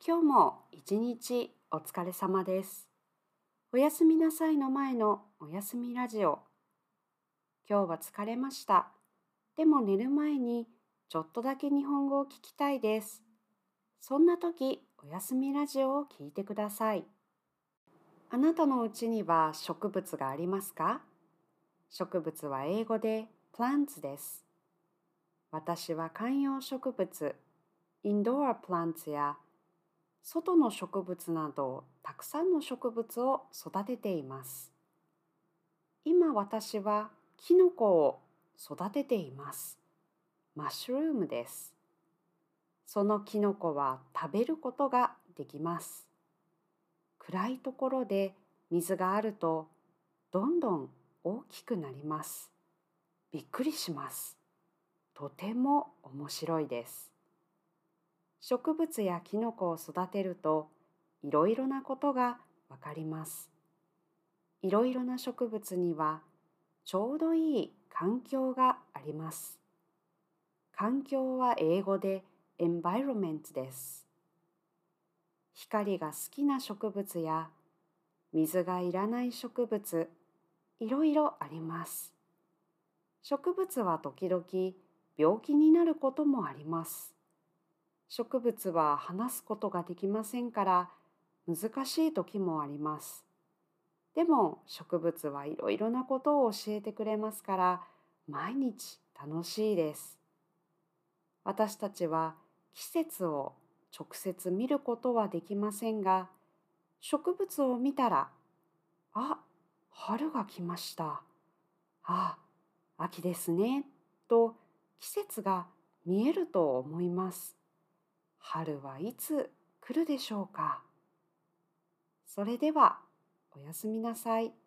今日も一日お疲れ様です。おやすみなさいの前のおやすみラジオ。今日は疲れました。でも寝る前にちょっとだけ日本語を聞きたいです。そんな時、おやすみラジオを聞いてください。あなたのうちには植物がありますか？植物は英語で plants です。私は観葉植物、インドアプランツや外の植物などたくさんの植物を育てています。今私はキノコを育てています。マッシュルームです。そのキノコは食べることができます。暗いところで水があるとどんどん大きくなります。びっくりします。とても面白いです。植物やキノコを育てるといろいろなことがわかります。いろいろな植物にはちょうどいい環境があります。環境は英語で environment です。光が好きな植物や水がいらない植物、いろいろあります。植物は時々病気になることもあります。植物は話すことができませんから難しい時もあります。でも植物はいろいろなことを教えてくれますから毎日楽しいです。私たちは季節を直接見ることはできませんが、植物を見たら、あ、春が来ました。あ、秋ですね。と季節が見えると思います。春はいつ来るでしょうか。それでは、おやすみなさい。